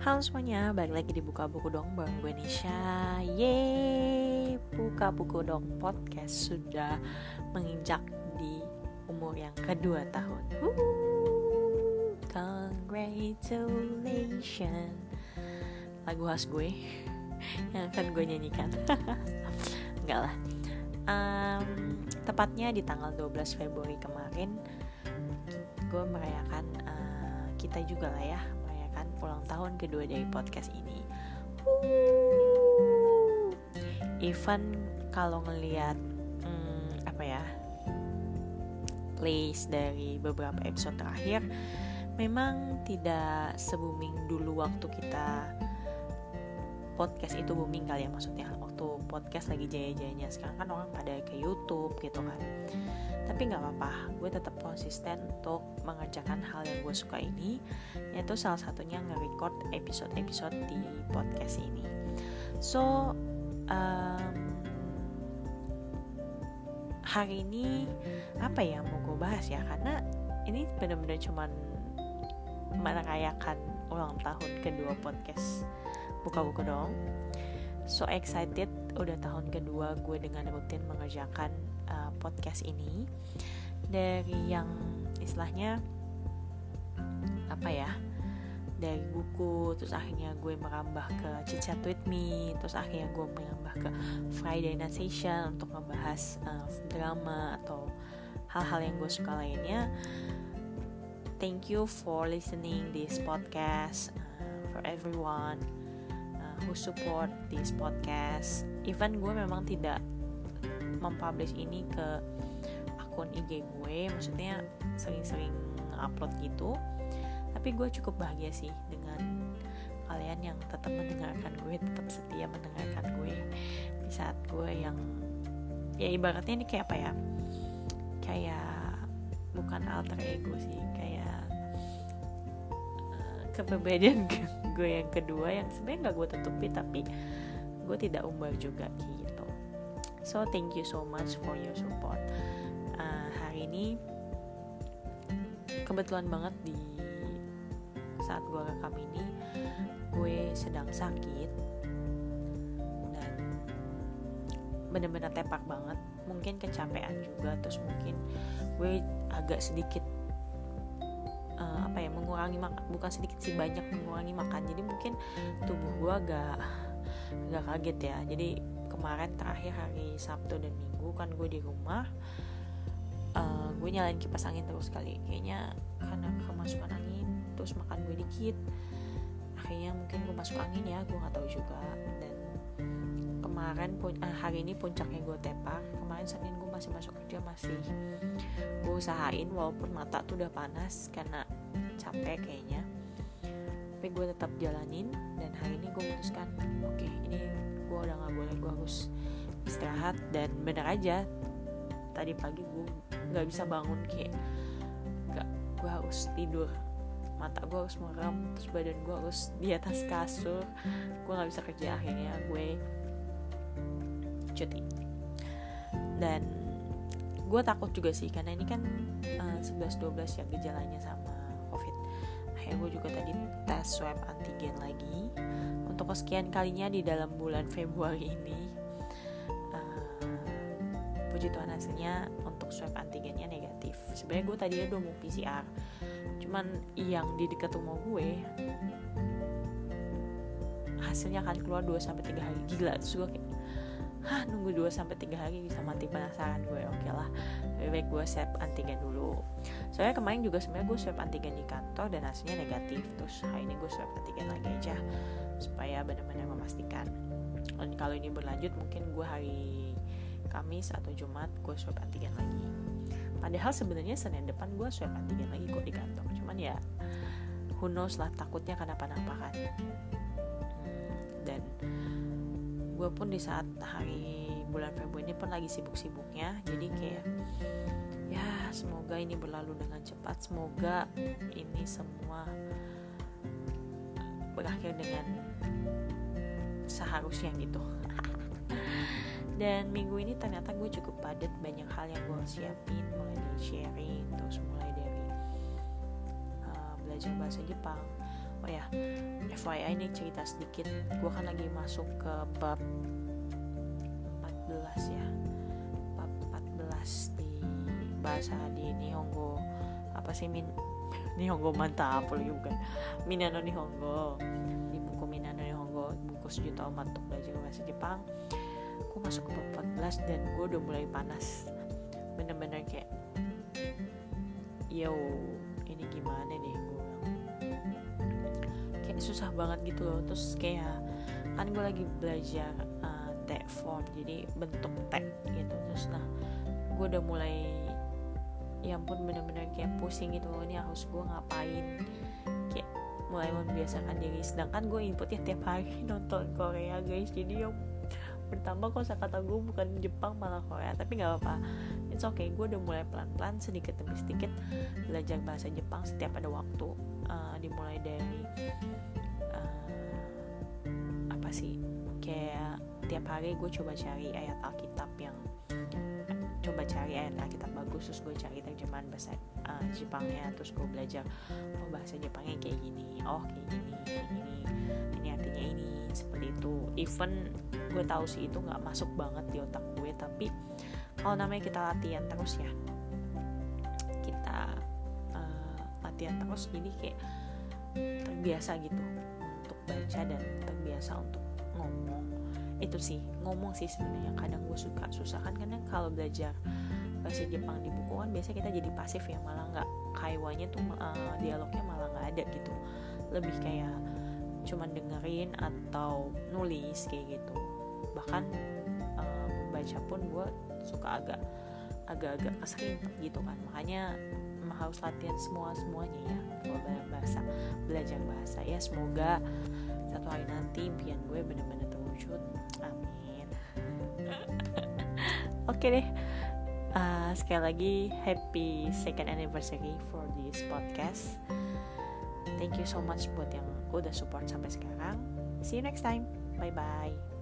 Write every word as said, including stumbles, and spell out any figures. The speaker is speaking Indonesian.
Halo semuanya, balik lagi di Buka Buku Dong bareng gue Nisha. Yeay, Buka Buku Dong podcast sudah menginjak di umur yang kedua tahun. Woo, congratulations. Lagu khas gue yang akan gue nyanyikan. Enggak lah. um, Tepatnya di tanggal dua belas Februari kemarin, gue merayakan uh, kita juga lah ya ulang tahun kedua dari podcast ini. Woo. Even kalau ngelihat hmm, apa ya plays dari beberapa episode terakhir, memang tidak se-booming dulu waktu kita podcast itu booming kali ya, maksudnya waktu podcast lagi jaya-jayanya. Sekarang kan orang pada ke YouTube gitu kan. Tapi gak apa-apa, gue tetap konsisten untuk mengerjakan hal yang gue suka ini, yaitu salah satunya nge-record episode-episode di podcast ini. So um, hari ini apa ya mau gue bahas ya, karena ini benar-benar cuman merayakan ulang tahun kedua podcast Buka Buku Dong. So excited, udah tahun kedua gue dengan rutin mengerjakan uh, podcast ini. Dari yang istilahnya apa ya, dari buku, terus akhirnya gue merambah ke Chit Chat With Me, terus akhirnya gue merambah ke Friday Night Session untuk membahas uh, drama atau hal-hal yang gue suka lainnya. Thank you for listening this podcast, uh, for everyone who support this podcast. Even gue memang tidak mempublish ini ke akun I G gue, maksudnya sering-sering upload gitu, tapi gue cukup bahagia sih dengan kalian yang tetap mendengarkan gue, tetap setia mendengarkan gue di saat gue yang ya ibaratnya ini kayak apa ya, kayak bukan alter ego sih, kayak uh, keberbedaan gue yang kedua yang sebenarnya nggak gue tutupi tapi gue tidak umbar juga gitu. So thank you so much for your support. Uh, hari ini kebetulan banget di saat gue rekam ini gue sedang sakit dan bener-bener tepak banget. Mungkin kecapean juga, terus mungkin gue agak sedikit Uh, apa ya mengurangi makan, bukan sedikit sih banyak mengurangi makan, jadi mungkin tubuh gue agak agak kaget ya. Jadi kemarin terakhir hari Sabtu dan Minggu kan gue di rumah, uh, gue nyalain kipas angin terus kali, kayaknya karena kemasukan angin, terus makan gue dikit, akhirnya mungkin gue masuk angin ya, gue nggak tahu juga. Dan kemarin pun uh, hari ini puncaknya gue tepak. Kemarin Senin gue masih masuk kerja, masih gue usahain walaupun mata tuh udah panas karena capek kayaknya, tapi gue tetap jalanin. Dan hari ini gue memutuskan oke okay, ini gue udah gak boleh, gue harus istirahat. Dan bener aja tadi pagi gue gak bisa bangun, kayak gak, gue harus tidur, mata gue harus merem, terus badan gue harus di atas kasur, gue gak bisa kerja. Akhirnya gue cuti. Dan gue takut juga sih karena ini kan uh, sebelas dua belas ya gejalanya sama COVID. Akhirnya gue juga tadi tes swab antigen lagi untuk kesekian kalinya di dalam bulan Februari ini. uh, Puji Tuhan hasilnya untuk swab antigennya negatif. Sebenarnya gue tadinya udah mau P C R, cuman yang di dekat rumah gue hasilnya akan keluar dua sampai tiga hari. Gila, terus gue kayak hah, nunggu dua sampai tiga hari bisa mati penasaran gue. Oke lah, lebih baik gue swab antigen dulu. Soalnya kemarin juga sebenarnya gue swab antigen di kantor dan hasilnya negatif. Terus hari ini gue swab antigen lagi aja supaya benar-benar memastikan. Dan kalau ini berlanjut mungkin gue hari Kamis atau Jumat gue swab antigen lagi. Padahal sebenarnya Senin depan gue swab antigen lagi kok di kantor. Cuman ya who knows lah, takutnya kenapa-napa kan. Dan gue pun di saat hari bulan Februari ini pun lagi sibuk-sibuknya, jadi kayak ya semoga ini berlalu dengan cepat, semoga ini semua berakhir dengan seharusnya gitu. Dan minggu ini ternyata gue cukup padat, banyak hal yang gue siapin, mulai dari sharing, terus mulai dari uh, belajar bahasa Jepang, Oh ya, F Y I nih cerita sedikit, gue kan lagi masuk ke bab empat belas ya, bab empat belas di bahasa di Nihongo, apa sih min Nihongo mantap lagi bukan Minano Nihongo, di buku Minano Nihongo, buku sejuta umat untuk belajar bahasa Jepang. Gue masuk ke bab empat belas dan gue udah mulai panas, bener-bener kayak yo ini gimana nih, gue bilang kayak susah banget gitu loh. Terus kayak kan gue lagi belajar uh, T form, jadi bentuk T gitu. Terus nah gue udah mulai, ya ampun bener-bener kayak pusing gitu loh, ini harus gue ngapain, kayak mulai membiasakan diri. Sedangkan gue inputnya tiap hari nonton Korea guys, jadi yang bertambah kosakata gue bukan Jepang malah Korea. Tapi gak apa-apa, it's okay, gue udah mulai pelan-pelan sedikit demi sedikit belajar bahasa Jepang setiap ada waktu. uh, dimulai dari uh, apa sih, kayak tiap hari gue coba cari ayat Alkitab yang coba cari ayat Alkitab bagus, terus gue cari terjemahan bahasa uh, Jepangnya, terus gue belajar oh bahasa Jepangnya kayak gini, oh kayak gini, kayak gini, ini artinya ini, seperti itu. Even gue tahu sih itu nggak masuk banget di otak gue, tapi kalau namanya kita latihan terus ya, kita uh, latihan terus, jadi kayak terbiasa gitu untuk baca dan terbiasa untuk ngomong. Itu sih, ngomong sih sebenarnya kadang gue suka susah kan, karena kalau belajar bahasa Jepang di buku kan biasanya kita jadi pasif ya, malah nggak kaiwanya tuh uh, dialognya malah nggak ada gitu, lebih kayak cuman dengerin atau nulis kayak gitu. Bahkan uh, membaca pun gue suka agak agak-agak keserimpet gitu kan, makanya harus latihan semua semuanya ya kalau bahasa, belajar bahasa. Ya semoga satu hari nanti impian gue benar-benar terwujud, amin. Oke deh, uh, sekali lagi happy second anniversary for this podcast. Thank you so much buat yang udah support sampai sekarang. See you next time, bye bye.